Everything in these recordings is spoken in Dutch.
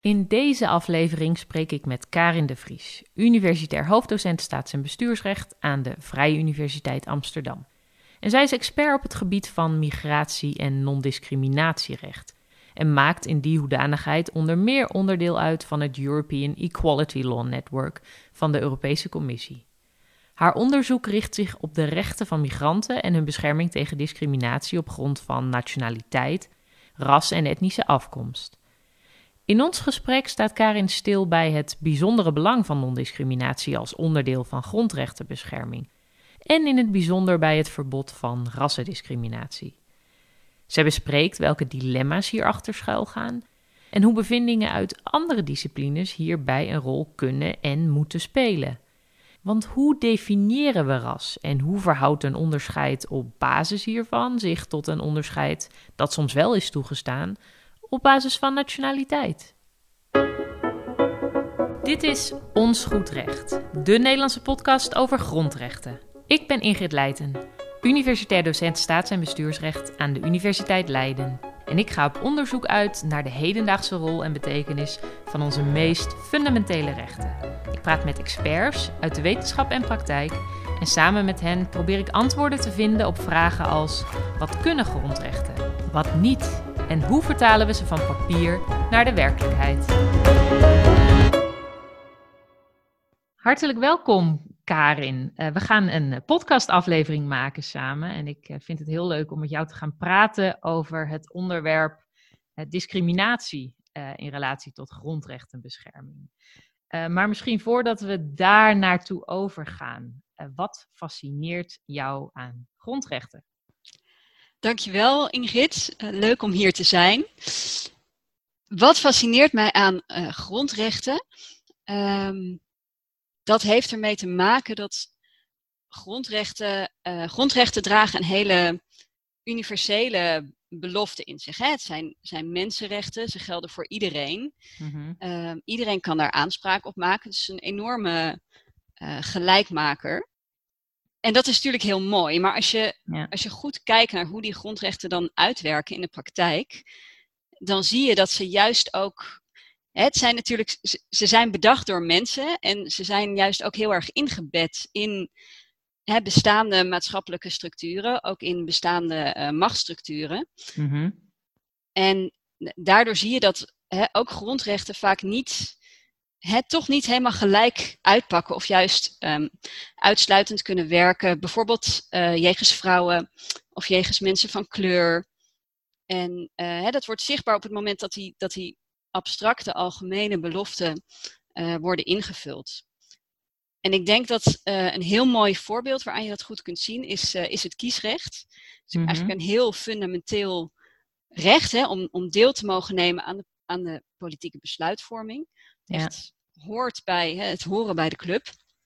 In deze aflevering spreek ik met Karin de Vries, universitair hoofddocent staats- en bestuursrecht aan de Vrije Universiteit Amsterdam. En zij is expert op het gebied van migratie- en non-discriminatierecht en maakt in die hoedanigheid onder meer onderdeel uit van het European Equality Law Network van de Europese Commissie. Haar onderzoek richt zich op de rechten van migranten en hun bescherming tegen discriminatie op grond van nationaliteit, ras en etnische afkomst. In ons gesprek staat Karin stil bij het bijzondere belang van non-discriminatie als onderdeel van grondrechtenbescherming en in het bijzonder bij het verbod van rassendiscriminatie. Zij bespreekt welke dilemma's hierachter schuilgaan en hoe bevindingen uit andere disciplines hierbij een rol kunnen en moeten spelen. Want hoe definiëren we ras en hoe verhoudt een onderscheid op basis hiervan zich tot een onderscheid dat soms wel is toegestaan op basis van nationaliteit? Dit is Ons Goed Recht, de Nederlandse podcast over grondrechten. Ik ben Ingrid Leijten, universitair docent staats- en bestuursrecht aan de Universiteit Leiden. En ik ga op onderzoek uit naar de hedendaagse rol en betekenis van onze meest fundamentele rechten. Ik praat met experts uit de wetenschap en praktijk en samen met hen probeer ik antwoorden te vinden op vragen als: wat kunnen grondrechten, wat niet en hoe vertalen we ze van papier naar de werkelijkheid? Hartelijk welkom, Karin. We gaan een podcastaflevering maken samen en ik vind het heel leuk om met jou te gaan praten over het onderwerp discriminatie in relatie tot grondrechtenbescherming. Maar misschien voordat we daar naartoe overgaan, wat fascineert jou aan grondrechten? Dankjewel, Ingrid. Leuk om hier te zijn. Wat fascineert mij aan grondrechten? Dat heeft ermee te maken dat grondrechten dragen een hele universele belofte in zich. Hè? Het zijn mensenrechten, ze gelden voor iedereen. Mm-hmm. Iedereen kan daar aanspraak op maken. Het is een enorme gelijkmaker. En dat is natuurlijk heel mooi, maar als je goed kijkt naar hoe die grondrechten dan uitwerken in de praktijk, dan zie je dat ze juist ook, het zijn natuurlijk, ze zijn bedacht door mensen en ze zijn juist ook heel erg ingebed in bestaande maatschappelijke structuren, ook in bestaande machtsstructuren. Mm-hmm. En daardoor zie je dat ook grondrechten vaak toch niet helemaal gelijk uitpakken of juist uitsluitend kunnen werken. Bijvoorbeeld jegens vrouwen of jegens mensen van kleur. En dat wordt zichtbaar op het moment dat die abstracte algemene beloften worden ingevuld. En ik denk dat een heel mooi voorbeeld waaraan je dat goed kunt zien is het kiesrecht. Het is eigenlijk een heel fundamenteel recht om deel te mogen nemen aan de politieke besluitvorming. Echt hoort bij het horen bij de club.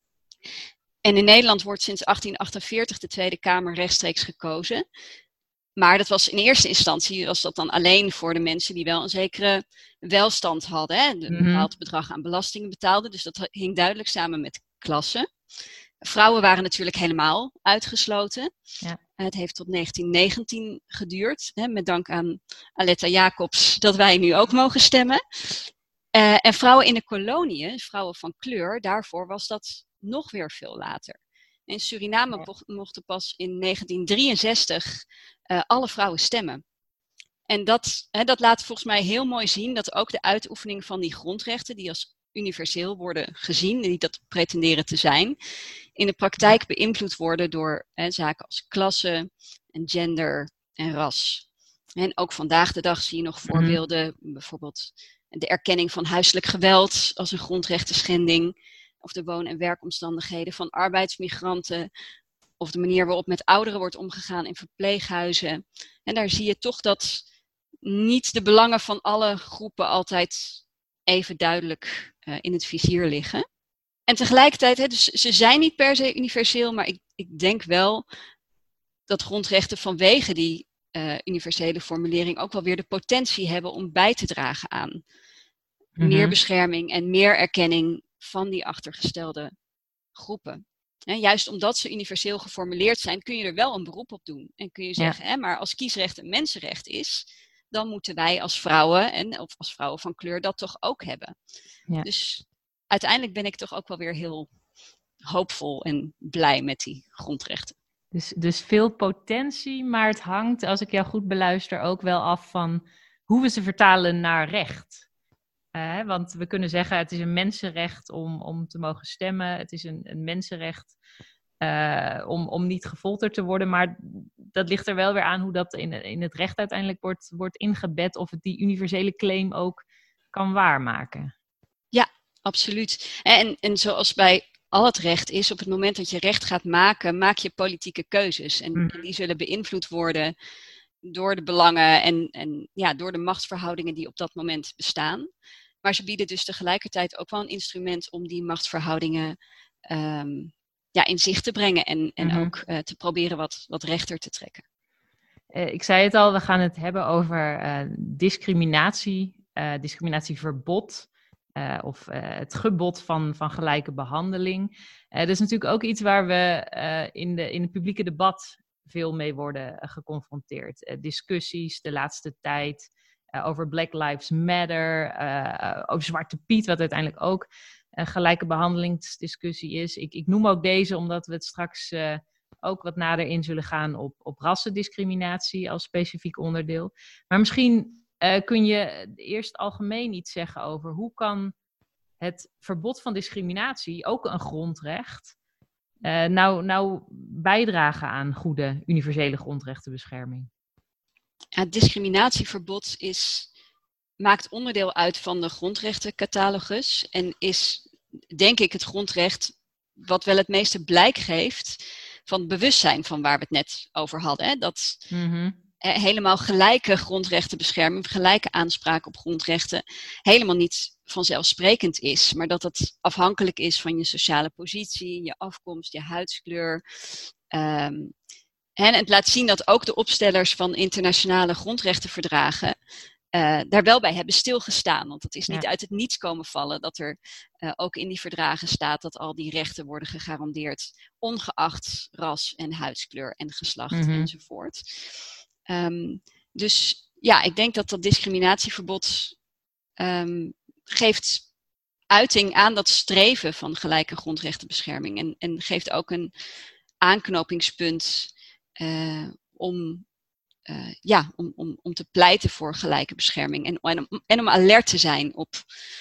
En in Nederland wordt sinds 1848 de Tweede Kamer rechtstreeks gekozen. Maar dat was in eerste instantie was dat dan alleen voor de mensen die wel een zekere welstand hadden. Een bepaald bedrag aan belastingen betaalden. Dus dat hing duidelijk samen met klasse. Vrouwen waren natuurlijk helemaal uitgesloten. Ja. Het heeft tot 1919 geduurd. Met dank aan Aletta Jacobs dat wij nu ook mogen stemmen. En vrouwen in de koloniën, vrouwen van kleur, daarvoor was dat nog weer veel later. In Suriname mochten pas in 1963 alle vrouwen stemmen. En dat laat volgens mij heel mooi zien dat ook de uitoefening van die grondrechten, die als universeel worden gezien, die dat pretenderen te zijn, in de praktijk beïnvloed worden door zaken als klasse en gender en ras. En ook vandaag de dag zie je nog voorbeelden, bijvoorbeeld de erkenning van huiselijk geweld als een grondrechtenschending, of de woon- en werkomstandigheden van arbeidsmigranten, of de manier waarop met ouderen wordt omgegaan in verpleeghuizen. En daar zie je toch dat niet de belangen van alle groepen altijd even duidelijk in het vizier liggen. En tegelijkertijd, dus ze zijn niet per se universeel, maar ik denk wel dat grondrechten vanwege die universele formulering ook wel weer de potentie hebben om bij te dragen aan meer bescherming en meer erkenning van die achtergestelde groepen. Juist omdat ze universeel geformuleerd zijn, kun je er wel een beroep op doen. En kun je zeggen, maar als kiesrecht een mensenrecht is, dan moeten wij als vrouwen of als vrouwen van kleur dat toch ook hebben. Ja. Dus uiteindelijk ben ik toch ook wel weer heel hoopvol en blij met die grondrechten. Dus veel potentie, maar het hangt, als ik jou goed beluister, ook wel af van hoe we ze vertalen naar recht. Want we kunnen zeggen, het is een mensenrecht om te mogen stemmen. Het is een mensenrecht om niet gefolterd te worden. Maar dat ligt er wel weer aan hoe dat in het recht uiteindelijk wordt ingebed. Of het die universele claim ook kan waarmaken. Ja, absoluut. En zoals bij al het recht is, op het moment dat je recht gaat maken, maak je politieke keuzes. En die zullen beïnvloed worden door de belangen en door de machtsverhoudingen die op dat moment bestaan. Maar ze bieden dus tegelijkertijd ook wel een instrument om die machtsverhoudingen in zicht te brengen en ook te proberen wat rechter te trekken. Ik zei het al, we gaan het hebben over discriminatie, discriminatieverbod. Of het gebod van gelijke behandeling. Dat is natuurlijk ook iets waar we in het publieke debat veel mee worden geconfronteerd. Discussies de laatste tijd over Black Lives Matter, over Zwarte Piet, wat uiteindelijk ook gelijke behandelingsdiscussie is. Ik noem ook deze omdat we het straks ook wat nader in zullen gaan op rassendiscriminatie als specifiek onderdeel. Maar misschien kun je eerst algemeen iets zeggen over hoe kan het verbod van discriminatie, ook een grondrecht, nou bijdragen aan goede universele grondrechtenbescherming? Het discriminatieverbod maakt onderdeel uit van de grondrechtencatalogus en is, denk ik, het grondrecht wat wel het meeste blijk geeft van het bewustzijn van waar we het net over hadden. Hè? Dat helemaal gelijke grondrechtenbescherming, gelijke aanspraak op grondrechten helemaal niet vanzelfsprekend is, maar dat het afhankelijk is van je sociale positie, je afkomst, je huidskleur. En het laat zien dat ook de opstellers van internationale grondrechtenverdragen daar wel bij hebben stilgestaan. Want het is niet uit het niets komen vallen dat er ook in die verdragen staat dat al die rechten worden gegarandeerd, ongeacht ras en huidskleur en geslacht enzovoort. Dus ja, ik denk dat discriminatieverbod geeft uiting aan dat streven van gelijke grondrechtenbescherming en geeft ook een aanknopingspunt om te pleiten voor gelijke bescherming en om alert te zijn op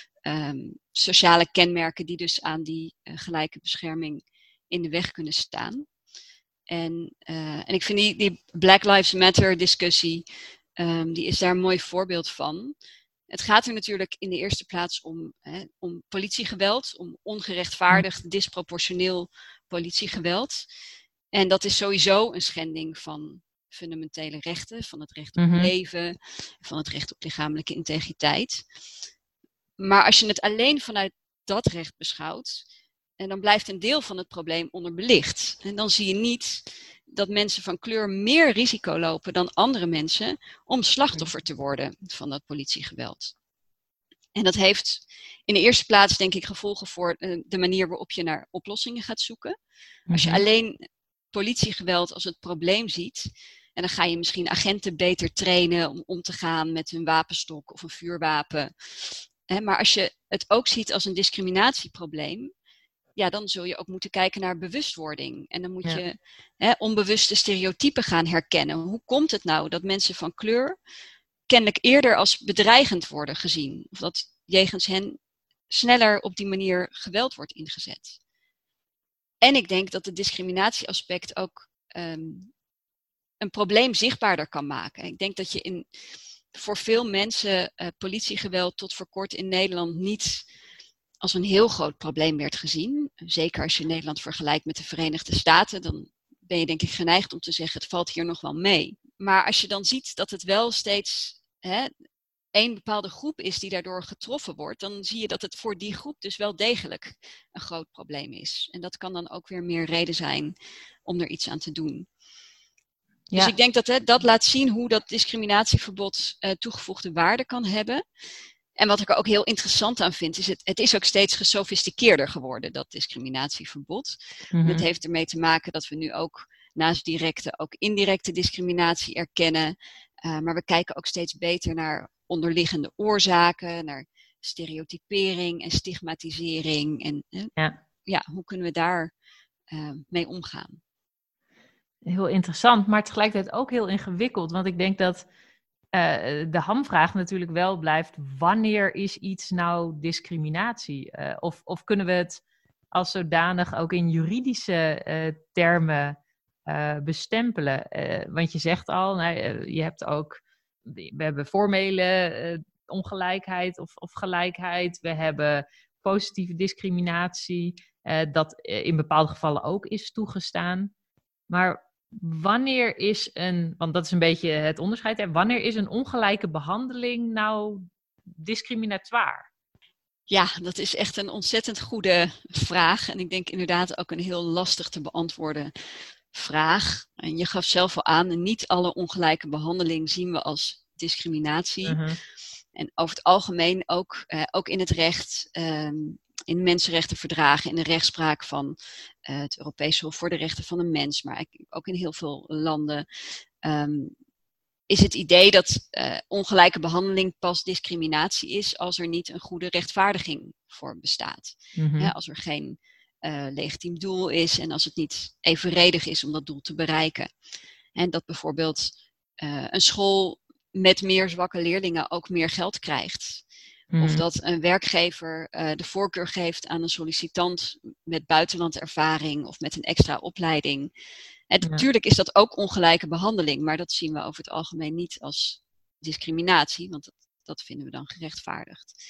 sociale kenmerken die dus aan die gelijke bescherming in de weg kunnen staan. En ik vind die Black Lives Matter discussie, die is daar een mooi voorbeeld van. Het gaat er natuurlijk in de eerste plaats om politiegeweld, om ongerechtvaardigd, disproportioneel politiegeweld. En dat is sowieso een schending van fundamentele rechten, van het recht op leven, van het recht op lichamelijke integriteit. Maar als je het alleen vanuit dat recht beschouwt, en dan blijft een deel van het probleem onderbelicht. En dan zie je niet dat mensen van kleur meer risico lopen dan andere mensen om slachtoffer te worden van dat politiegeweld. En dat heeft in de eerste plaats, denk ik, gevolgen voor de manier waarop je naar oplossingen gaat zoeken. Als je alleen politiegeweld als het probleem ziet, en dan ga je misschien agenten beter trainen om om te gaan met hun wapenstok of een vuurwapen. Maar als je het ook ziet als een discriminatieprobleem, ja, dan zul je ook moeten kijken naar bewustwording. En dan moet je onbewuste stereotypen gaan herkennen. Hoe komt het nou dat mensen van kleur kennelijk eerder als bedreigend worden gezien? Of dat jegens hen sneller op die manier geweld wordt ingezet? En ik denk dat het discriminatieaspect ook een probleem zichtbaarder kan maken. Ik denk dat je voor veel mensen politiegeweld tot voor kort in Nederland niet als een heel groot probleem werd gezien. Zeker als je Nederland vergelijkt met de Verenigde Staten, dan ben je denk ik geneigd om te zeggen, het valt hier nog wel mee. Maar als je dan ziet dat het wel steeds één bepaalde groep is die daardoor getroffen wordt, dan zie je dat het voor die groep dus wel degelijk een groot probleem is. En dat kan dan ook weer meer reden zijn om er iets aan te doen. Ja. Dus ik denk dat laat zien hoe dat discriminatieverbod toegevoegde waarde kan hebben. En wat ik er ook heel interessant aan vind, is het is ook steeds gesofisticeerder geworden, dat discriminatieverbod. Het heeft ermee te maken dat we nu ook naast directe ook indirecte discriminatie erkennen. Maar we kijken ook steeds beter naar onderliggende oorzaken, naar stereotypering en stigmatisering. En hoe kunnen we daar mee omgaan? Heel interessant, maar tegelijkertijd ook heel ingewikkeld. Want ik denk dat de hamvraag natuurlijk wel blijft: wanneer is iets nou discriminatie? Of kunnen we het als zodanig ook in juridische termen bestempelen? Want je zegt al, je hebt ook, we hebben formele ongelijkheid of gelijkheid. We hebben positieve discriminatie, dat in bepaalde gevallen ook is toegestaan. Maar wanneer is want dat is een beetje het onderscheid, hè? Wanneer is een ongelijke behandeling nou discriminatoire? Ja, dat is echt een ontzettend goede vraag. En ik denk inderdaad ook een heel lastig te beantwoorden vraag. En je gaf zelf al aan, niet alle ongelijke behandeling zien we als discriminatie. Uh-huh. En over het algemeen ook in het recht, in mensenrechtenverdragen, in de rechtspraak van het Europese Hof voor de Rechten van de Mens, maar ook in heel veel landen, is het idee dat ongelijke behandeling pas discriminatie is als er niet een goede rechtvaardiging voor bestaat. Mm-hmm. Als er geen legitiem doel is en als het niet evenredig is om dat doel te bereiken. En dat bijvoorbeeld een school met meer zwakke leerlingen ook meer geld krijgt. Mm-hmm. Of dat een werkgever de voorkeur geeft aan een sollicitant met buitenlandervaring of met een extra opleiding. En natuurlijk is dat ook ongelijke behandeling, maar dat zien we over het algemeen niet als discriminatie, want dat vinden we dan gerechtvaardigd.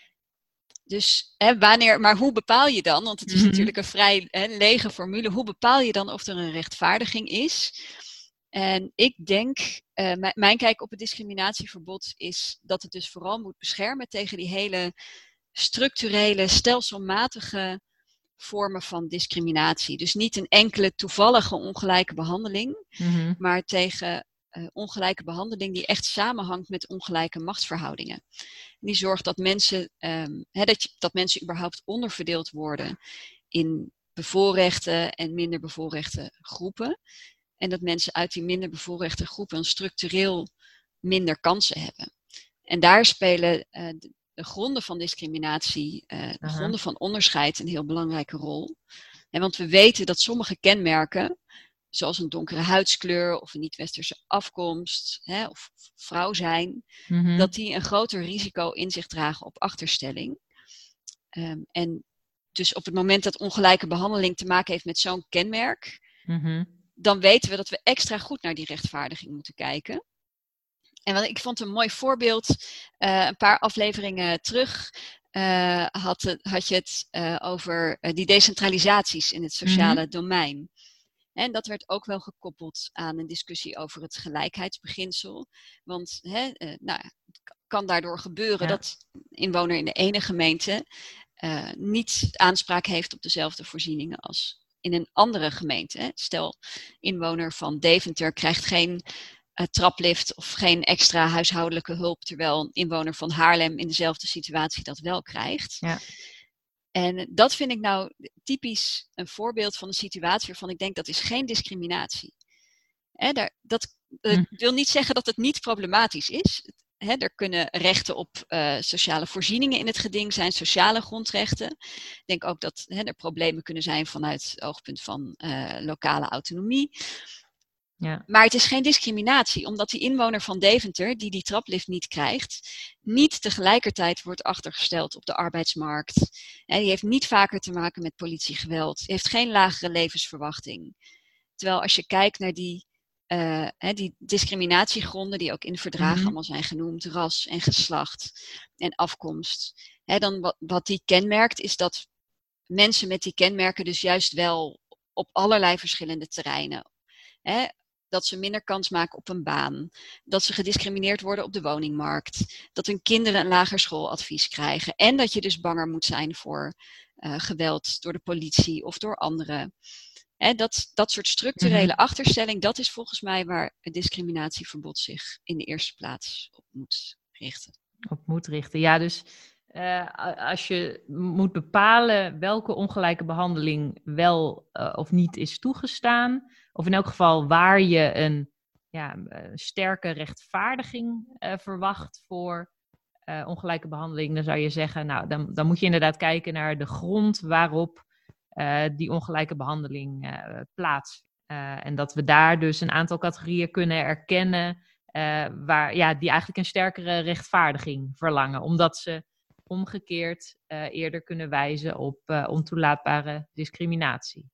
Dus maar hoe bepaal je dan, want het is natuurlijk een vrij lege formule, hoe bepaal je dan of er een rechtvaardiging is? En ik denk, mijn kijk op het discriminatieverbod is dat het dus vooral moet beschermen tegen die hele structurele, stelselmatige vormen van discriminatie. Dus niet een enkele toevallige ongelijke behandeling, maar tegen ongelijke behandeling die echt samenhangt met ongelijke machtsverhoudingen. En die zorgt dat mensen, dat mensen überhaupt onderverdeeld worden in bevoorrechte en minder bevoorrechte groepen. En dat mensen uit die minder bevoorrechte groepen structureel minder kansen hebben. En daar spelen de gronden van discriminatie, de gronden van onderscheid een heel belangrijke rol. En want we weten dat sommige kenmerken, zoals een donkere huidskleur of een niet-westerse afkomst of vrouw zijn, dat die een groter risico in zich dragen op achterstelling. En dus op het moment dat ongelijke behandeling te maken heeft met zo'n kenmerk, dan weten we dat we extra goed naar die rechtvaardiging moeten kijken. En ik vond een mooi voorbeeld, een paar afleveringen terug had je het over die decentralisaties in het sociale domein. En dat werd ook wel gekoppeld aan een discussie over het gelijkheidsbeginsel. Want het kan daardoor gebeuren dat een inwoner in de ene gemeente niet aanspraak heeft op dezelfde voorzieningen als in een andere gemeente. Stel, inwoner van Deventer krijgt geen traplift of geen extra huishoudelijke hulp, terwijl een inwoner van Haarlem in dezelfde situatie dat wel krijgt. Ja. En dat vind ik nou typisch een voorbeeld van een situatie waarvan ik denk dat is geen discriminatie. Dat wil niet zeggen dat het niet problematisch is. Er kunnen rechten op sociale voorzieningen in het geding zijn, sociale grondrechten. Ik denk ook dat er problemen kunnen zijn vanuit het oogpunt van lokale autonomie. Ja. Maar het is geen discriminatie, omdat die inwoner van Deventer, die traplift niet krijgt, niet tegelijkertijd wordt achtergesteld op de arbeidsmarkt. Die heeft niet vaker te maken met politiegeweld, heeft geen lagere levensverwachting. Terwijl als je kijkt naar die discriminatiegronden, die ook in verdragen allemaal zijn genoemd, ras en geslacht en afkomst. Dan wat die kenmerkt is dat mensen met die kenmerken dus juist wel op allerlei verschillende terreinen, dat ze minder kans maken op een baan, dat ze gediscrimineerd worden op de woningmarkt, dat hun kinderen een lager schooladvies krijgen en dat je dus banger moet zijn voor geweld door de politie of door anderen. Dat soort structurele achterstelling, dat is volgens mij waar het discriminatieverbod zich in de eerste plaats op moet richten. Ja, dus als je moet bepalen welke ongelijke behandeling wel of niet is toegestaan, of in elk geval waar je een sterke rechtvaardiging verwacht voor ongelijke behandeling, dan zou je zeggen, nou, dan moet je inderdaad kijken naar de grond waarop die ongelijke behandeling plaatsvindt. En dat we daar dus een aantal categorieën kunnen erkennen die eigenlijk een sterkere rechtvaardiging verlangen, omdat ze omgekeerd eerder kunnen wijzen op ontoelaatbare discriminatie.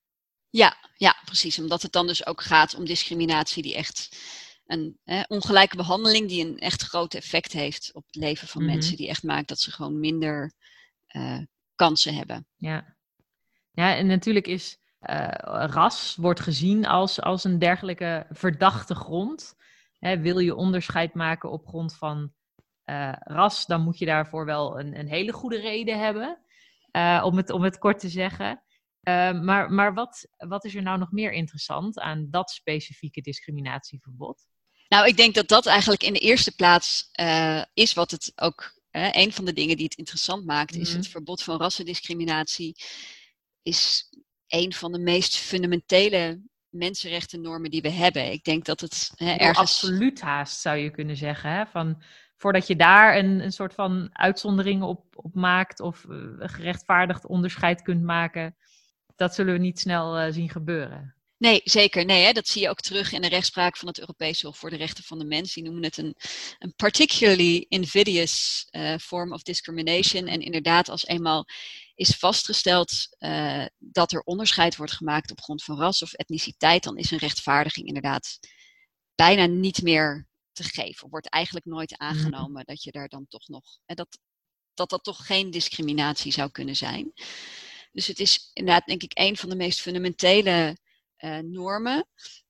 Ja, precies. Omdat het dan dus ook gaat om discriminatie die echt een ongelijke behandeling die een echt groot effect heeft op het leven van mensen, die echt maakt dat ze gewoon minder kansen hebben. Ja, en natuurlijk is ras wordt gezien als een dergelijke verdachte grond. Wil je onderscheid maken op grond van ras, dan moet je daarvoor wel een hele goede reden hebben, om het kort te zeggen. Maar wat is er nou nog meer interessant aan dat specifieke discriminatieverbod? Nou, ik denk dat dat eigenlijk in de eerste plaats is wat het ook, een van de dingen die het interessant maakt, is het verbod van rassendiscriminatie is een van de meest fundamentele mensenrechtennormen die we hebben. Ik denk dat het ergens... Absoluut haast, zou je kunnen zeggen. Hè? Voordat je daar een soort van uitzondering op maakt of gerechtvaardigd onderscheid kunt maken, dat zullen we niet snel zien gebeuren. Nee, zeker. Nee, dat zie je ook terug in de rechtspraak van het Europese Hof voor de Rechten van de Mens. Die noemen het een particularly invidious form of discrimination. En inderdaad, als eenmaal is vastgesteld dat er onderscheid wordt gemaakt op grond van ras of etniciteit, dan is een rechtvaardiging inderdaad bijna niet meer te geven. Wordt eigenlijk nooit aangenomen dat je daar dan toch nog... dat toch geen discriminatie zou kunnen zijn. Dus het is inderdaad, denk ik, een van de meest fundamentele normen.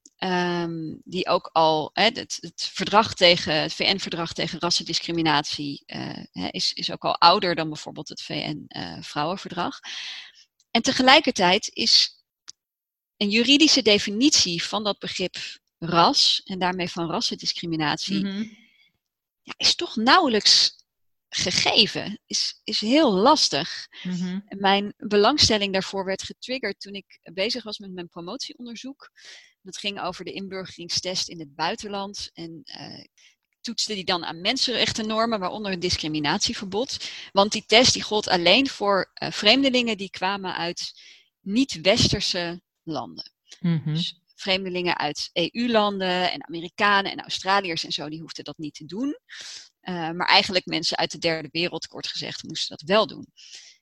Die ook al het VN-verdrag tegen rassendiscriminatie is ook al ouder dan bijvoorbeeld het VN-vrouwenverdrag. En tegelijkertijd is een juridische definitie van dat begrip ras en daarmee van rassendiscriminatie is toch nauwelijks gegeven, is heel lastig. Mijn belangstelling daarvoor werd getriggerd toen ik bezig was met mijn promotieonderzoek. Dat ging over de inburgeringstest in het buitenland en toetste die dan aan mensenrechtennormen, waaronder een discriminatieverbod. Want die test die gold alleen voor vreemdelingen die kwamen uit niet-westerse landen. Dus vreemdelingen uit EU-landen en Amerikanen en Australiërs en zo, die hoefden dat niet te doen. Maar eigenlijk mensen uit de derde wereld, kort gezegd, moesten dat wel doen.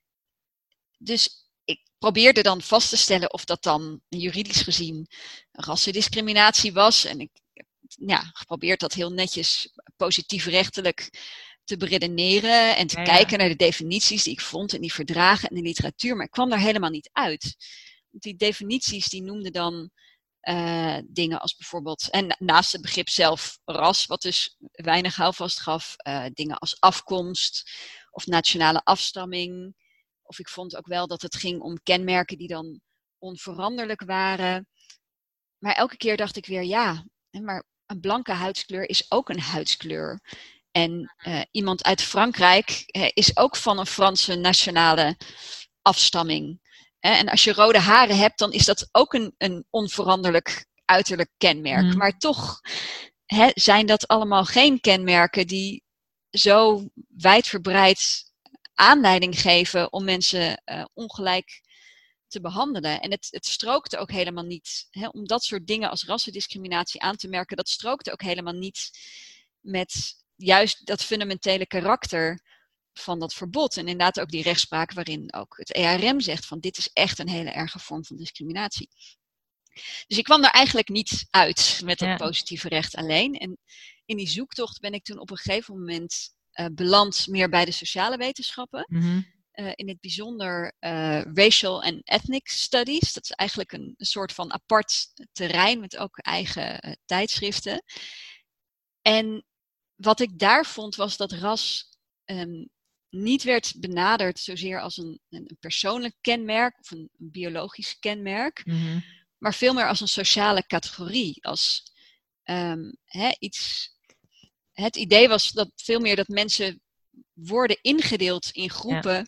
Dus ik probeerde dan vast te stellen of dat dan juridisch gezien rassendiscriminatie was. En ik heb geprobeerd dat heel netjes positief rechtelijk te beredeneren en te kijken naar de definities die ik vond in die verdragen en de literatuur. Maar ik kwam daar helemaal niet uit. Want die definities die noemden dan dingen als bijvoorbeeld, en naast het begrip zelf ras, wat dus weinig houvast gaf, dingen als afkomst of nationale afstamming. Of ik vond ook wel dat het ging om kenmerken die dan onveranderlijk waren. Maar elke keer dacht ik weer, maar een blanke huidskleur is ook een huidskleur. En iemand uit Frankrijk is ook van een Franse nationale afstamming. En als je rode haren hebt, dan is dat ook een onveranderlijk uiterlijk kenmerk. Maar toch zijn dat allemaal geen kenmerken die zo wijdverbreid aanleiding geven om mensen ongelijk te behandelen. En het strookte ook helemaal niet, om dat soort dingen als rassendiscriminatie aan te merken, dat strookte ook helemaal niet met juist dat fundamentele karakter van dat verbod. En inderdaad ook die rechtspraak waarin ook het ERM zegt van dit is echt een hele erge vorm van discriminatie. Dus ik kwam daar eigenlijk niet uit met dat positieve recht alleen. En in die zoektocht ben ik toen op een gegeven moment beland meer bij de sociale wetenschappen. In het bijzonder racial and ethnic studies. Dat is eigenlijk een soort van apart terrein met ook eigen tijdschriften. En wat ik daar vond was dat ras niet werd benaderd zozeer als een persoonlijk kenmerk of een biologisch kenmerk, maar veel meer als een sociale categorie. Als iets. Het idee was dat veel meer dat mensen worden ingedeeld in groepen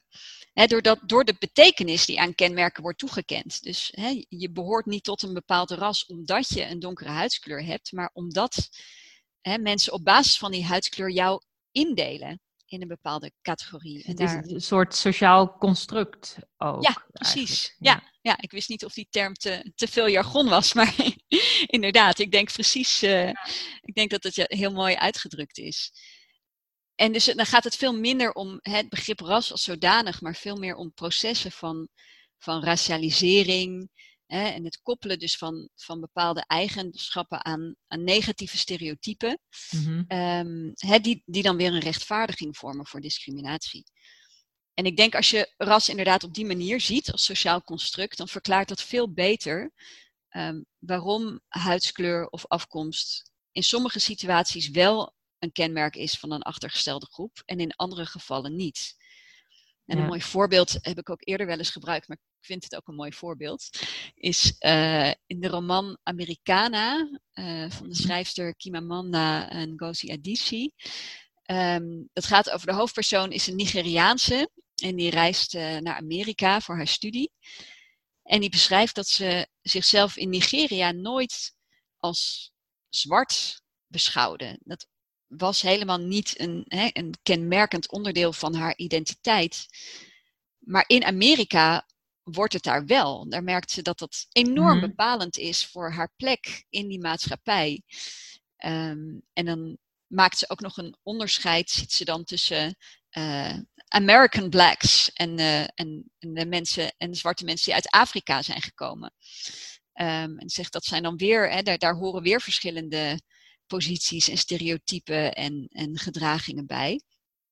door de betekenis die aan kenmerken wordt toegekend. Dus je behoort niet tot een bepaald ras omdat je een donkere huidskleur hebt, maar omdat mensen op basis van die huidskleur jou indelen in een bepaalde categorie. Het is een soort sociaal construct ook. Ja, precies. Ja, ik wist niet of die term te veel jargon was, maar inderdaad, ik denk precies, ik denk dat het heel mooi uitgedrukt is. En dus dan gaat het veel minder om het begrip ras als zodanig, maar veel meer om processen van racialisering. En het koppelen dus van bepaalde eigenschappen aan negatieve stereotypen. Mm-hmm. Die dan weer een rechtvaardiging vormen voor discriminatie. En ik denk als je ras inderdaad op die manier ziet als sociaal construct, dan verklaart dat veel beter waarom huidskleur of afkomst in sommige situaties wel een kenmerk is van een achtergestelde groep en in andere gevallen niet. En een mooi voorbeeld heb ik ook eerder wel eens gebruikt, maar ik vind het ook een mooi voorbeeld, is in de roman Americana van de schrijfster Chimamanda Ngozi Adichie. Dat gaat over de hoofdpersoon, is een Nigeriaanse en die reist naar Amerika voor haar studie. En die beschrijft dat ze zichzelf in Nigeria nooit als zwart beschouwde. Dat was helemaal niet een kenmerkend onderdeel van haar identiteit. Maar in Amerika wordt het daar wel. Daar merkt ze dat dat enorm bepalend is voor haar plek in die maatschappij. En dan maakt ze ook nog een onderscheid, ziet ze dan tussen American blacks en de mensen en de zwarte mensen die uit Afrika zijn gekomen. En zegt dat zijn dan weer, daar horen weer verschillende posities en stereotypen en gedragingen bij.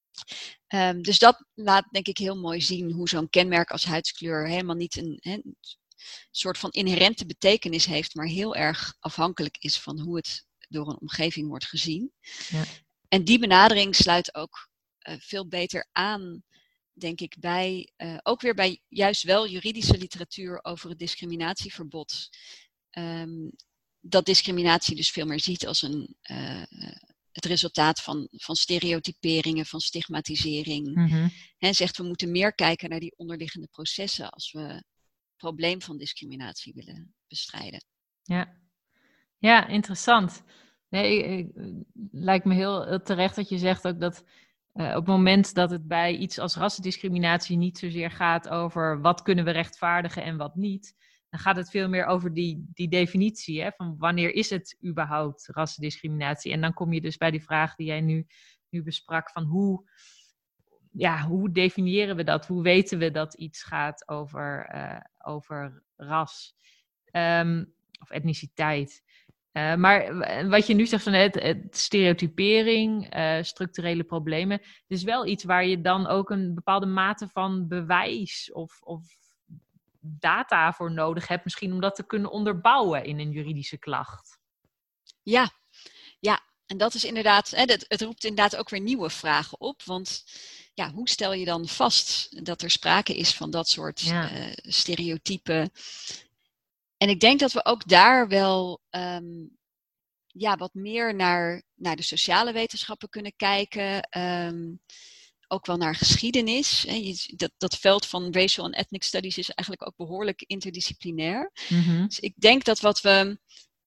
Dus dat laat denk ik heel mooi zien hoe zo'n kenmerk als huidskleur helemaal niet een soort van inherente betekenis heeft, maar heel erg afhankelijk is van hoe het door een omgeving wordt gezien. Ja. En die benadering sluit ook veel beter aan, denk ik, ook weer bij juist wel juridische literatuur over het discriminatieverbod. Dat discriminatie dus veel meer ziet als het resultaat van stereotyperingen, van stigmatisering. Mm-hmm. En zegt we moeten meer kijken naar die onderliggende processen als we het probleem van discriminatie willen bestrijden. Ja, interessant. Nee, lijkt me heel terecht dat je zegt ook dat op het moment dat het bij iets als rassendiscriminatie niet zozeer gaat over wat kunnen we rechtvaardigen en wat niet, dan gaat het veel meer over die definitie, hè, van wanneer is het überhaupt rassendiscriminatie? En dan kom je dus bij die vraag die jij nu besprak van hoe definiëren we dat? Hoe weten we dat iets gaat over ras of etniciteit? Maar wat je nu zegt van het stereotypering, structurele problemen, het is wel iets waar je dan ook een bepaalde mate van bewijs of data voor nodig hebt, misschien om dat te kunnen onderbouwen in een juridische klacht. Ja. En dat is inderdaad, het roept inderdaad ook weer nieuwe vragen op, want ja, hoe stel je dan vast dat er sprake is van dat soort stereotypen? En ik denk dat we ook daar wel wat meer naar de sociale wetenschappen kunnen kijken. Ook wel naar geschiedenis. Dat veld van racial and ethnic studies is eigenlijk ook behoorlijk interdisciplinair. Mm-hmm. Dus ik denk dat wat we...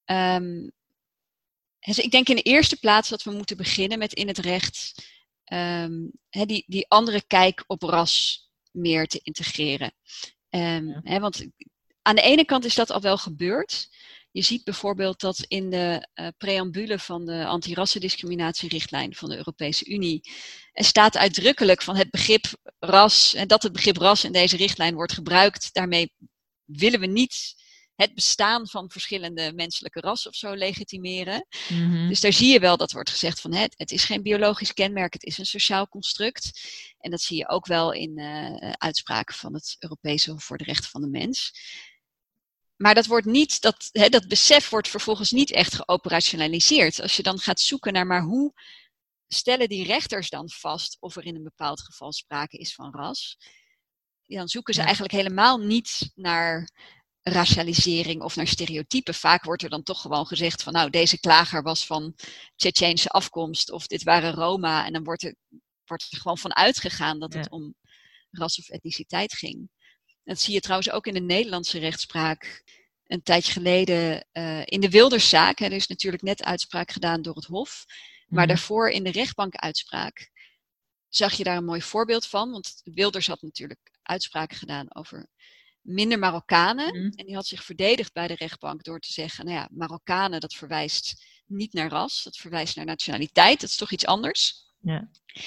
dus ik denk in de eerste plaats dat we moeten beginnen met in het recht die andere kijk op ras meer te integreren. Want aan de ene kant is dat al wel gebeurd. Je ziet bijvoorbeeld dat in de preambule van de anti-rassendiscriminatierichtlijn van de Europese Unie er staat uitdrukkelijk van het begrip ras, en dat het begrip ras in deze richtlijn wordt gebruikt. Daarmee willen we niet het bestaan van verschillende menselijke rassen of zo legitimeren. Mm-hmm. Dus daar zie je wel dat wordt gezegd van het is geen biologisch kenmerk, het is een sociaal construct. En dat zie je ook wel in uitspraken van het Europese Hof voor de Rechten van de Mens. Maar dat wordt niet, dat besef wordt vervolgens niet echt geoperationaliseerd. Als je dan gaat zoeken naar maar hoe stellen die rechters dan vast of er in een bepaald geval sprake is van ras, dan zoeken ze eigenlijk helemaal niet naar racialisering of naar stereotypen. Vaak wordt er dan toch gewoon gezegd van deze klager was van Tsjetsjeense afkomst of dit waren Roma. En dan wordt er gewoon van uitgegaan dat het om ras of etniciteit ging. Dat zie je trouwens ook in de Nederlandse rechtspraak. Een tijdje geleden in de Wilderszaak. Er is natuurlijk net uitspraak gedaan door het Hof. Maar daarvoor in de rechtbankuitspraak zag je daar een mooi voorbeeld van. Want Wilders had natuurlijk uitspraken gedaan over minder Marokkanen. En die had zich verdedigd bij de rechtbank door te zeggen, nou ja, Marokkanen, dat verwijst niet naar ras. Dat verwijst naar nationaliteit. Dat is toch iets anders. Ja.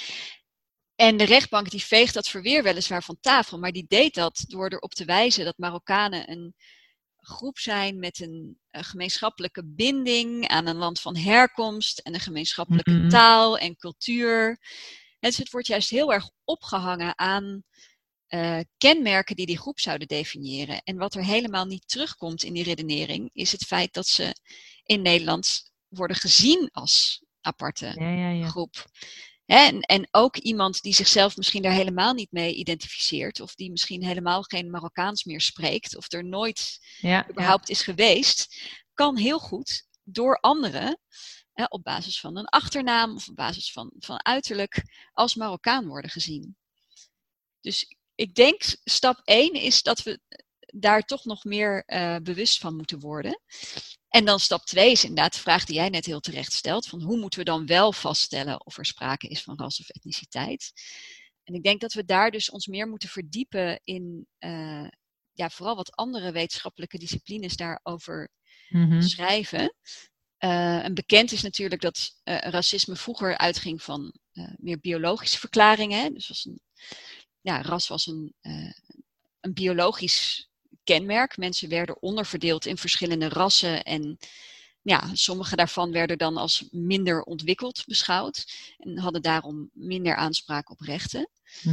En de rechtbank die veegt dat verweer weliswaar van tafel. Maar die deed dat door erop te wijzen dat Marokkanen een groep zijn met een gemeenschappelijke binding aan een land van herkomst en een gemeenschappelijke taal en cultuur. Dus het wordt juist heel erg opgehangen aan kenmerken die groep zouden definiëren. En wat er helemaal niet terugkomt in die redenering is het feit dat ze in Nederland worden gezien als aparte groep. En ook iemand die zichzelf misschien daar helemaal niet mee identificeert, of die misschien helemaal geen Marokkaans meer spreekt, of er nooit überhaupt is geweest, kan heel goed door anderen, op basis van een achternaam of op basis van uiterlijk, als Marokkaan worden gezien. Dus ik denk, stap 1 is dat we daar toch nog meer bewust van moeten worden. En dan stap 2 is inderdaad de vraag die jij net heel terecht stelt, van hoe moeten we dan wel vaststellen of er sprake is van ras of etniciteit. En ik denk dat we daar dus ons meer moeten verdiepen in vooral wat andere wetenschappelijke disciplines daarover schrijven. En bekend is natuurlijk dat racisme vroeger uitging van meer biologische verklaringen. Dus ras was een biologisch kenmerk. Mensen werden onderverdeeld in verschillende rassen en sommige daarvan werden dan als minder ontwikkeld beschouwd en hadden daarom minder aanspraak op rechten.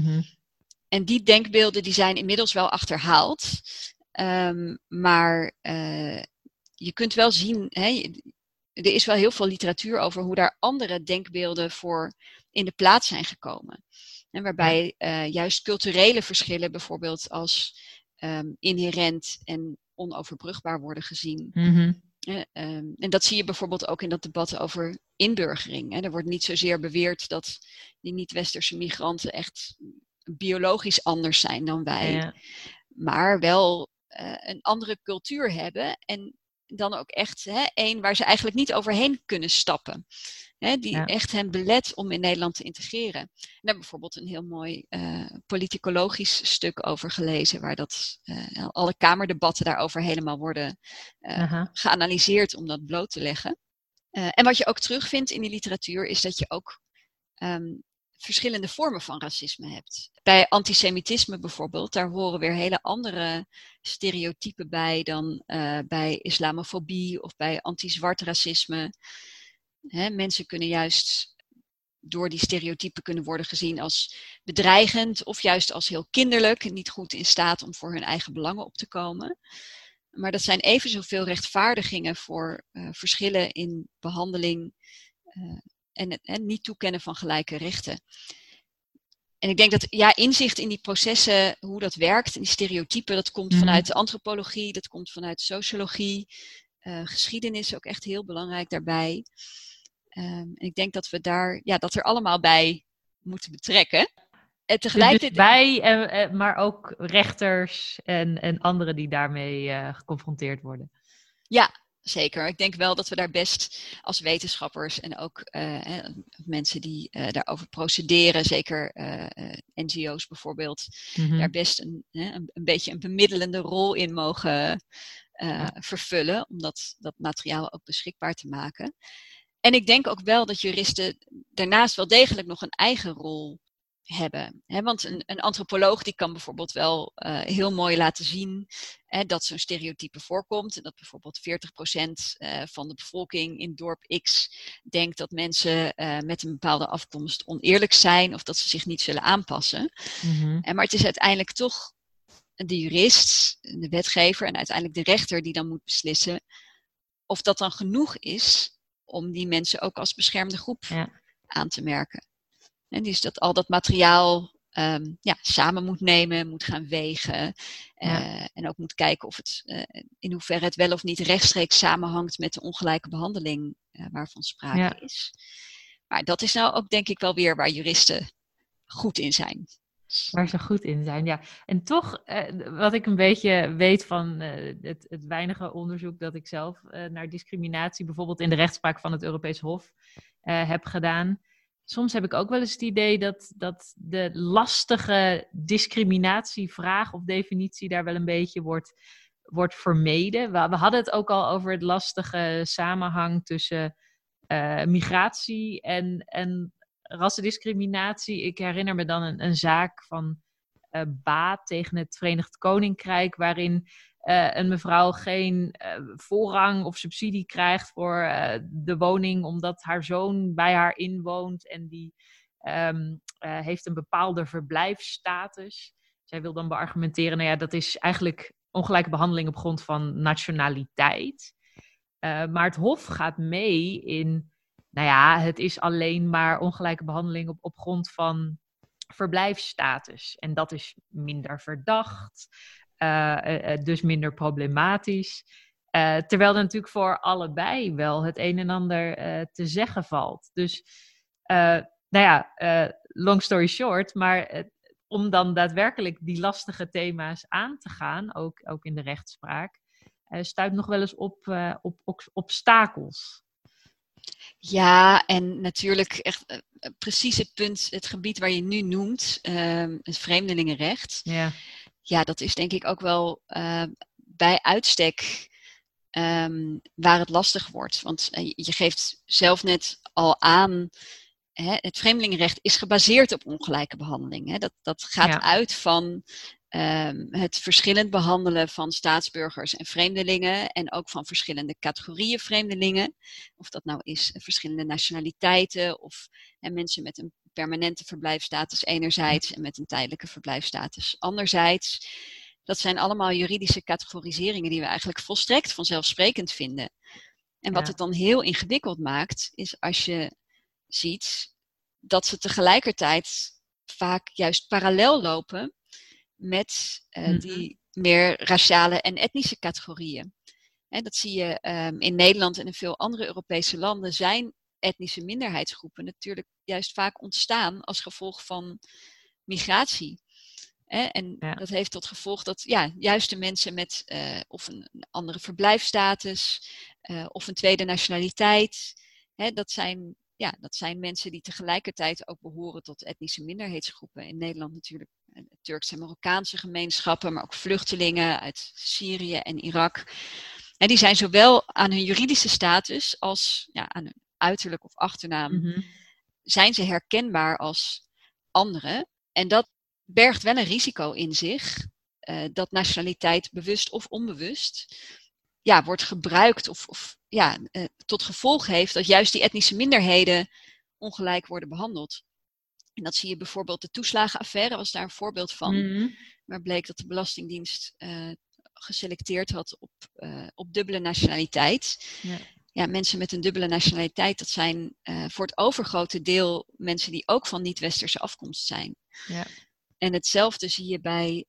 En die denkbeelden die zijn inmiddels wel achterhaald. Maar je kunt wel zien, er is wel heel veel literatuur over hoe daar andere denkbeelden voor in de plaats zijn gekomen. En waarbij juist culturele verschillen bijvoorbeeld als inherent en onoverbrugbaar worden gezien. En dat zie je bijvoorbeeld ook in dat debat over inburgering. Er wordt niet zozeer beweerd dat die niet-westerse migranten echt biologisch anders zijn dan wij. Maar wel een andere cultuur hebben en dan ook echt één waar ze eigenlijk niet overheen kunnen stappen. Die echt hen belet om in Nederland te integreren. En daar heb ik bijvoorbeeld een heel mooi politicologisch stuk over gelezen, waar alle kamerdebatten daarover helemaal worden geanalyseerd om dat bloot te leggen. En wat je ook terugvindt in die literatuur is dat je ook verschillende vormen van racisme hebt. Bij antisemitisme bijvoorbeeld, daar horen weer hele andere stereotypen bij dan bij islamofobie of bij anti-zwart racisme. Mensen kunnen juist door die stereotypen kunnen worden gezien als bedreigend of juist als heel kinderlijk en niet goed in staat om voor hun eigen belangen op te komen. Maar dat zijn even zoveel rechtvaardigingen voor verschillen in behandeling en het niet toekennen van gelijke rechten. En ik denk dat inzicht in die processen, hoe dat werkt, en die stereotypen, dat komt vanuit de antropologie, dat komt vanuit sociologie, geschiedenis ook echt heel belangrijk daarbij. En ik denk dat we daar, dat er allemaal bij moeten betrekken. En tegelijkertijd... Dus wij, maar ook rechters en anderen die daarmee geconfronteerd worden. Ja, zeker. Ik denk wel dat we daar best als wetenschappers en ook mensen die daarover procederen, zeker NGO's bijvoorbeeld, daar best een beetje een bemiddelende rol in mogen vervullen, om dat materiaal ook beschikbaar te maken. En ik denk ook wel dat juristen daarnaast wel degelijk nog een eigen rol hebben. Want een antropoloog die kan bijvoorbeeld wel heel mooi laten zien dat zo'n stereotype voorkomt. En dat bijvoorbeeld 40% van de bevolking in dorp X denkt dat mensen met een bepaalde afkomst oneerlijk zijn of dat ze zich niet zullen aanpassen. Maar het is uiteindelijk toch de jurist, de wetgever en uiteindelijk de rechter die dan moet beslissen of dat dan genoeg is om die mensen ook als beschermde groep aan te merken. En dus dat al dat materiaal samen moet nemen, moet gaan wegen. En ook moet kijken of het in hoeverre het wel of niet rechtstreeks samenhangt met de ongelijke behandeling waarvan sprake is. Maar dat is nou ook denk ik wel weer waar juristen goed in zijn. Waar ze goed in zijn, ja. En toch, wat ik een beetje weet van het weinige onderzoek dat ik zelf naar discriminatie, bijvoorbeeld in de rechtspraak van het Europees Hof, heb gedaan. Soms heb ik ook wel eens het idee dat de lastige discriminatievraag of definitie daar wel een beetje wordt vermeden. We hadden het ook al over het lastige samenhang tussen migratie en rassendiscriminatie. Ik herinner me dan een zaak van Baat tegen het Verenigd Koninkrijk, waarin een mevrouw geen voorrang of subsidie krijgt voor de woning, omdat haar zoon bij haar inwoont en die heeft een bepaalde verblijfsstatus. Zij wil dan beargumenteren, nou ja, dat is eigenlijk ongelijke behandeling op grond van nationaliteit. Maar het Hof gaat mee in, nou ja, het is alleen maar ongelijke behandeling op grond van verblijfsstatus. En dat is minder verdacht, dus minder problematisch. Terwijl er natuurlijk voor allebei wel het een en ander te zeggen valt. Dus, nou ja, long story short, maar om dan daadwerkelijk die lastige thema's aan te gaan, ook in de rechtspraak, stuit nog wel eens op obstakels. Ja, en natuurlijk echt precies het punt, het gebied waar je nu noemt, het vreemdelingenrecht. Ja. Ja, dat is denk ik ook wel bij uitstek waar het lastig wordt. Want je geeft zelf net al aan, het vreemdelingenrecht is gebaseerd op ongelijke behandeling. Hè? Dat gaat uit van het verschillend behandelen van staatsburgers en vreemdelingen en ook van verschillende categorieën vreemdelingen. Of dat nou is verschillende nationaliteiten of mensen met een permanente verblijfsstatus enerzijds en met een tijdelijke verblijfsstatus anderzijds. Dat zijn allemaal juridische categoriseringen die we eigenlijk volstrekt vanzelfsprekend vinden. En wat het dan heel ingewikkeld maakt, is als je ziet dat ze tegelijkertijd vaak juist parallel lopen met die meer raciale en etnische categorieën. En dat zie je in Nederland en in veel andere Europese landen zijn etnische minderheidsgroepen natuurlijk juist vaak ontstaan als gevolg van migratie. En dat heeft tot gevolg dat juist de mensen met of een andere verblijfsstatus of een tweede nationaliteit, dat zijn mensen die tegelijkertijd ook behoren tot etnische minderheidsgroepen. In Nederland natuurlijk Turkse en Marokkaanse gemeenschappen, maar ook vluchtelingen uit Syrië en Irak. En die zijn zowel aan hun juridische status als aan hun uiterlijk of achternaam, zijn ze herkenbaar als anderen. En dat bergt wel een risico in zich, dat nationaliteit bewust of onbewust wordt gebruikt of tot gevolg heeft dat juist die etnische minderheden ongelijk worden behandeld. En dat zie je bijvoorbeeld, de toeslagenaffaire was daar een voorbeeld van. Waar bleek dat de Belastingdienst geselecteerd had op dubbele nationaliteit. Ja, mensen met een dubbele nationaliteit, dat zijn voor het overgrote deel mensen die ook van niet-westerse afkomst zijn. Ja. En hetzelfde zie je bij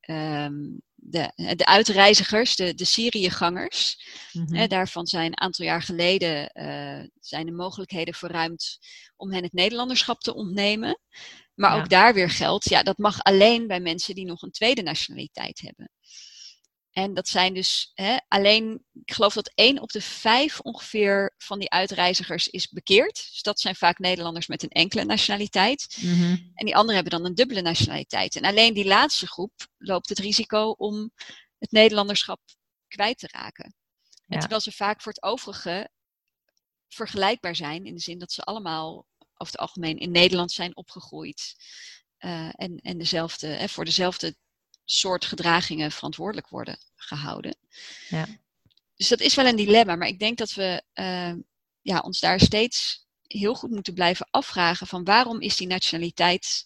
de uitreizigers, de Syriëgangers. Daarvan zijn een aantal jaar geleden zijn de mogelijkheden verruimd om hen het Nederlanderschap te ontnemen. Maar ook daar weer geldt, dat mag alleen bij mensen die nog een tweede nationaliteit hebben. En dat zijn dus alleen, ik geloof dat 1 op de 5 ongeveer van die uitreizigers is bekeerd. Dus dat zijn vaak Nederlanders met een enkele nationaliteit. En die anderen hebben dan een dubbele nationaliteit. En alleen die laatste groep loopt het risico om het Nederlanderschap kwijt te raken. En terwijl ze vaak voor het overige vergelijkbaar zijn, in de zin dat ze allemaal over het algemeen in Nederland zijn opgegroeid. En voor dezelfde soort gedragingen verantwoordelijk worden gehouden. Ja. Dus dat is wel een dilemma, maar ik denk dat we ons daar steeds heel goed moeten blijven afvragen van waarom is die nationaliteit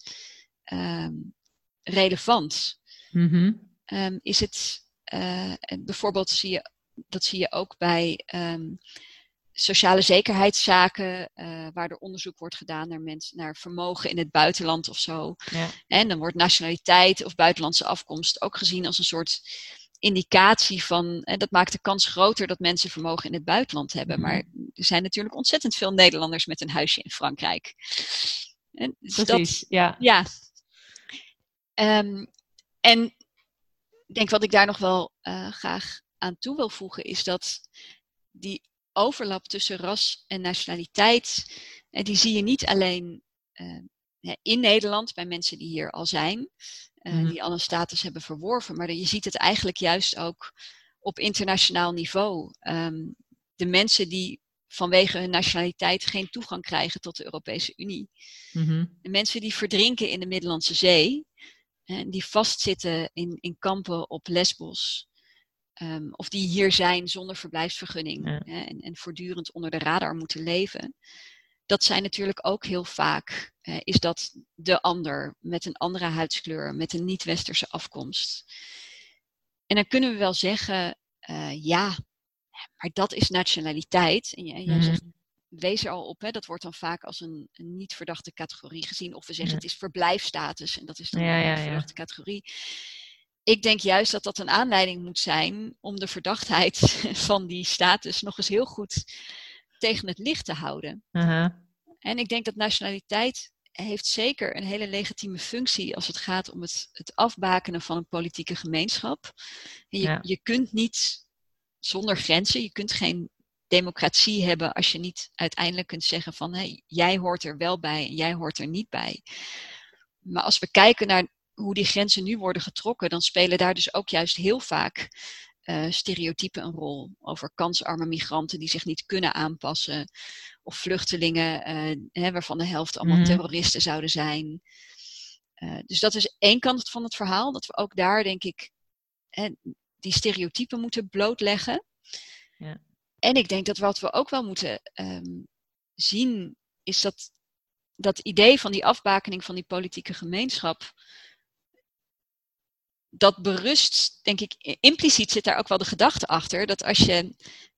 relevant? Is het bijvoorbeeld zie je ook bij sociale zekerheidszaken, waar er onderzoek wordt gedaan naar vermogen in het buitenland of zo. Ja. En dan wordt nationaliteit of buitenlandse afkomst ook gezien als een soort indicatie van, dat maakt de kans groter dat mensen vermogen in het buitenland hebben. Maar er zijn natuurlijk ontzettend veel Nederlanders met een huisje in Frankrijk. En dus precies, ja. En ik denk wat ik daar nog wel graag aan toe wil voegen is dat die overlap tussen ras en nationaliteit, die zie je niet alleen in Nederland bij mensen die hier al zijn, die al een status hebben verworven, maar je ziet het eigenlijk juist ook op internationaal niveau. De mensen die vanwege hun nationaliteit geen toegang krijgen tot de Europese Unie. De mensen die verdrinken in de Middellandse Zee, die vastzitten in kampen op Lesbos. Of die hier zijn zonder verblijfsvergunning en voortdurend onder de radar moeten leven. Dat zijn natuurlijk ook heel vaak, is dat de ander met een andere huidskleur, met een niet-westerse afkomst. En dan kunnen we wel zeggen, ja, maar dat is nationaliteit. En jij zegt, wees er al op, hè, dat wordt dan vaak als een niet verdachte categorie gezien. Of we zeggen het is verblijfstatus en dat is dan een verdachte categorie. Ik denk juist dat dat een aanleiding moet zijn om de verdachtheid van die status nog eens heel goed tegen het licht te houden. En ik denk dat nationaliteit heeft zeker een hele legitieme functie als het gaat om het afbakenen van een politieke gemeenschap. En je kunt niet zonder grenzen, je kunt geen democratie hebben als je niet uiteindelijk kunt zeggen van hey, jij hoort er wel bij en jij hoort er niet bij. Maar als we kijken naar hoe die grenzen nu worden getrokken, dan spelen daar dus ook juist heel vaak stereotypen een rol. Over kansarme migranten die zich niet kunnen aanpassen. Of vluchtelingen waarvan de helft allemaal terroristen zouden zijn. Dus dat is één kant van het verhaal. Dat we ook daar, denk ik, die stereotypen moeten blootleggen. Ja. En ik denk dat wat we ook wel moeten zien, is dat idee van die afbakening van die politieke gemeenschap, dat berust, denk ik, impliciet zit daar ook wel de gedachte achter, dat als je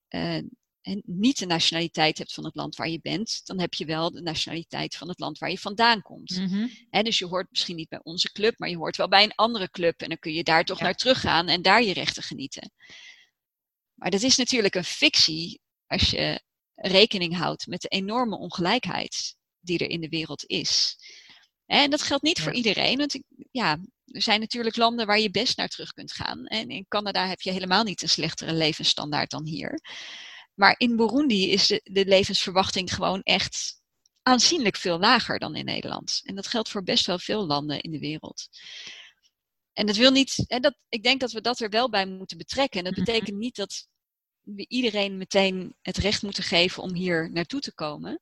niet de nationaliteit hebt van het land waar je bent, dan heb je wel de nationaliteit van het land waar je vandaan komt. Dus je hoort misschien niet bij onze club, maar je hoort wel bij een andere club en dan kun je daar toch naar teruggaan en daar je rechten genieten. Maar dat is natuurlijk een fictie als je rekening houdt met de enorme ongelijkheid die er in de wereld is. En dat geldt niet voor iedereen, want er zijn natuurlijk landen waar je best naar terug kunt gaan. En in Canada heb je helemaal niet een slechtere levensstandaard dan hier. Maar in Burundi is de levensverwachting gewoon echt aanzienlijk veel lager dan in Nederland. En dat geldt voor best wel veel landen in de wereld. En dat wil niet, ik denk dat we dat er wel bij moeten betrekken. En dat betekent niet dat we iedereen meteen het recht moeten geven om hier naartoe te komen.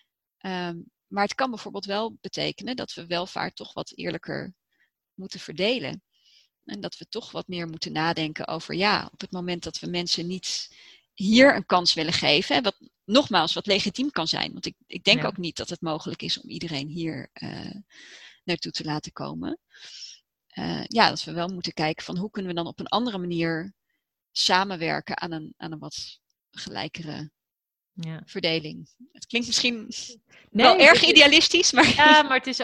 Maar het kan bijvoorbeeld wel betekenen dat we welvaart toch wat eerlijker moeten verdelen. En dat we toch wat meer moeten nadenken over, op het moment dat we mensen niet hier een kans willen geven, wat legitiem kan zijn. Want ik denk ook niet dat het mogelijk is om iedereen hier naartoe te laten komen. Dat we wel moeten kijken van hoe kunnen we dan op een andere manier samenwerken aan een wat gelijkere verdeling. Het klinkt misschien wel erg idealistisch, maar... Ja, maar het is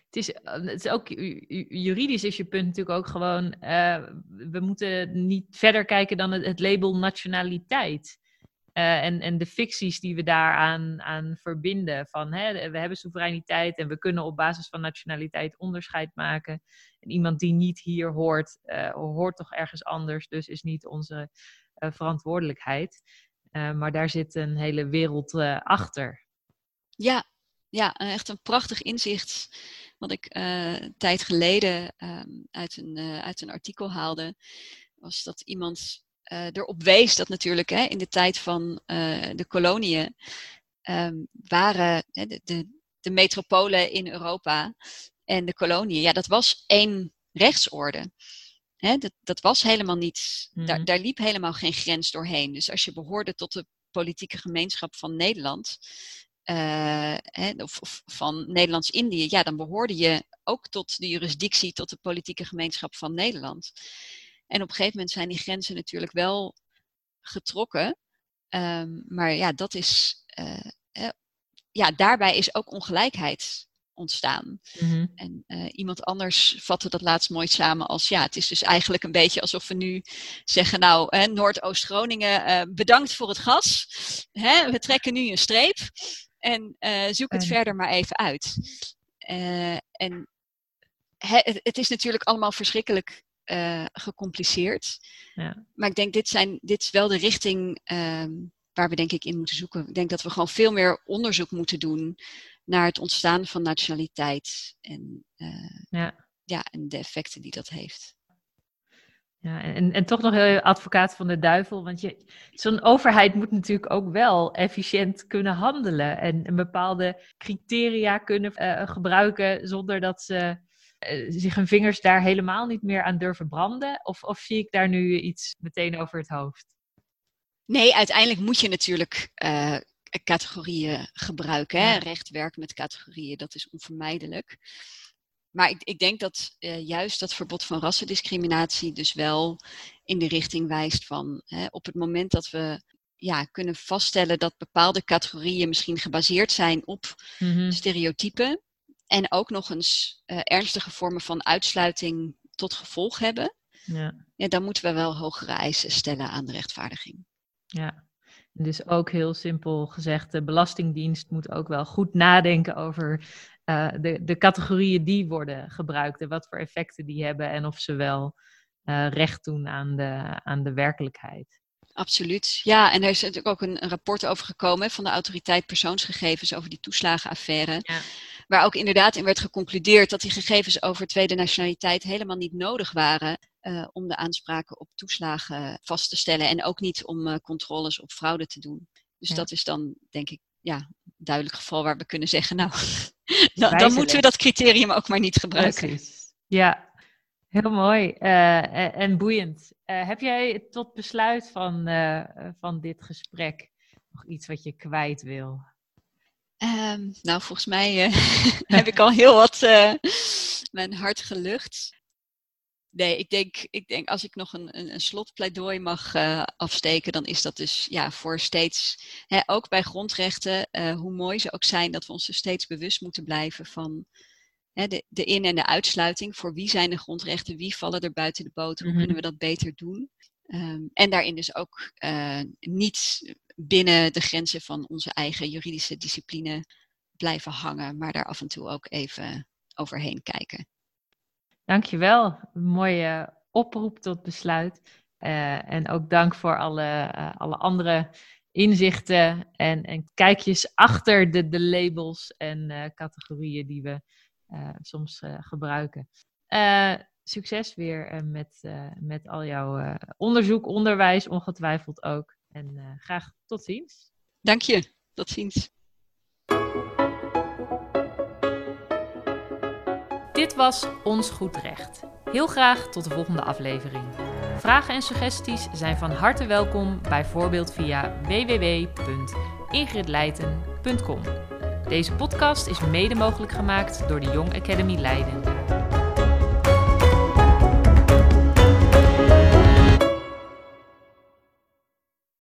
ook juridisch is je punt natuurlijk ook gewoon, we moeten niet verder kijken dan het label nationaliteit. En de ficties die we daaraan aan verbinden. Van, we hebben soevereiniteit en we kunnen op basis van nationaliteit onderscheid maken. En iemand die niet hier hoort, hoort toch ergens anders. Dus is niet onze verantwoordelijkheid. Maar daar zit een hele wereld achter. Ja, echt een prachtig inzicht. Wat ik een tijd geleden uit een artikel haalde. Was dat iemand erop wees dat natuurlijk in de tijd van de koloniën waren de metropolen in Europa en de koloniën. Dat was één rechtsorde. Dat was helemaal niet, daar liep helemaal geen grens doorheen. Dus als je behoorde tot de politieke gemeenschap van Nederland, of van Nederlands-Indië, dan behoorde je ook tot de jurisdictie, tot de politieke gemeenschap van Nederland. En op een gegeven moment zijn die grenzen natuurlijk wel getrokken. Maar dat is, daarbij is ook ongelijkheid ontstaan. En iemand anders vatte dat laatst mooi samen als, het is dus eigenlijk een beetje alsof we nu zeggen, Noordoost-Groningen, bedankt voor het gas. We trekken nu een streep en zoek het verder maar even uit. En het is natuurlijk allemaal verschrikkelijk gecompliceerd. Ja. Maar ik denk, dit is wel de richting waar we denk ik in moeten zoeken. Ik denk dat we gewoon veel meer onderzoek moeten doen naar het ontstaan van nationaliteit. En, en de effecten die dat heeft. Ja, en toch nog heel advocaat van de duivel. Want zo'n overheid moet natuurlijk ook wel efficiënt kunnen handelen. En een bepaalde criteria kunnen gebruiken zonder dat ze zich hun vingers daar helemaal niet meer aan durven branden. Of zie ik daar nu iets meteen over het hoofd? Nee, uiteindelijk moet je natuurlijk categorieën gebruiken. Hè? Ja. Recht werken met categorieën, dat is onvermijdelijk. Maar ik denk dat juist dat verbod van rassendiscriminatie dus wel in de richting wijst van op het moment dat we kunnen vaststellen dat bepaalde categorieën misschien gebaseerd zijn op stereotypen en ook nog eens ernstige vormen van uitsluiting tot gevolg hebben, dan moeten we wel hogere eisen stellen aan de rechtvaardiging. Ja, dus ook heel simpel gezegd, de Belastingdienst moet ook wel goed nadenken over de categorieën die worden gebruikt en wat voor effecten die hebben en of ze wel recht doen aan de werkelijkheid. Absoluut. Ja, en er is natuurlijk ook een rapport over gekomen van de Autoriteit Persoonsgegevens over die toeslagenaffaire. Ja. Waar ook inderdaad in werd geconcludeerd dat die gegevens over tweede nationaliteit helemaal niet nodig waren om de aanspraken op toeslagen vast te stellen. En ook niet om controles op fraude te doen. Dus dat is dan, denk ik, een duidelijk geval waar we kunnen zeggen, nou, dan moeten we dat criterium ook maar niet gebruiken. Precies. Ja, heel mooi en boeiend. Heb jij tot besluit van dit gesprek nog iets wat je kwijt wil? Nou, volgens mij heb ik al heel wat mijn hart gelucht. Nee, ik denk als ik nog een slotpleidooi mag afsteken, dan is dat dus voor steeds, ook bij grondrechten, hoe mooi ze ook zijn, dat we ons er steeds bewust moeten blijven van de in- en de uitsluiting. Voor wie zijn de grondrechten? Wie vallen er buiten de boot? Hoe kunnen we dat beter doen? En daarin dus ook niet binnen de grenzen van onze eigen juridische discipline blijven hangen, maar daar af en toe ook even overheen kijken. Dankjewel. Een mooie oproep tot besluit. En ook dank voor alle andere inzichten en kijkjes achter de labels en categorieën die we soms gebruiken. Succes weer met al jouw onderzoek, onderwijs, ongetwijfeld ook. En graag tot ziens. Dank je. Tot ziens. Dit was Ons Goed Recht. Heel graag tot de volgende aflevering. Vragen en suggesties zijn van harte welkom, bijvoorbeeld via www.ingridleijten.com. Deze podcast is mede mogelijk gemaakt door de Young Academy Leiden.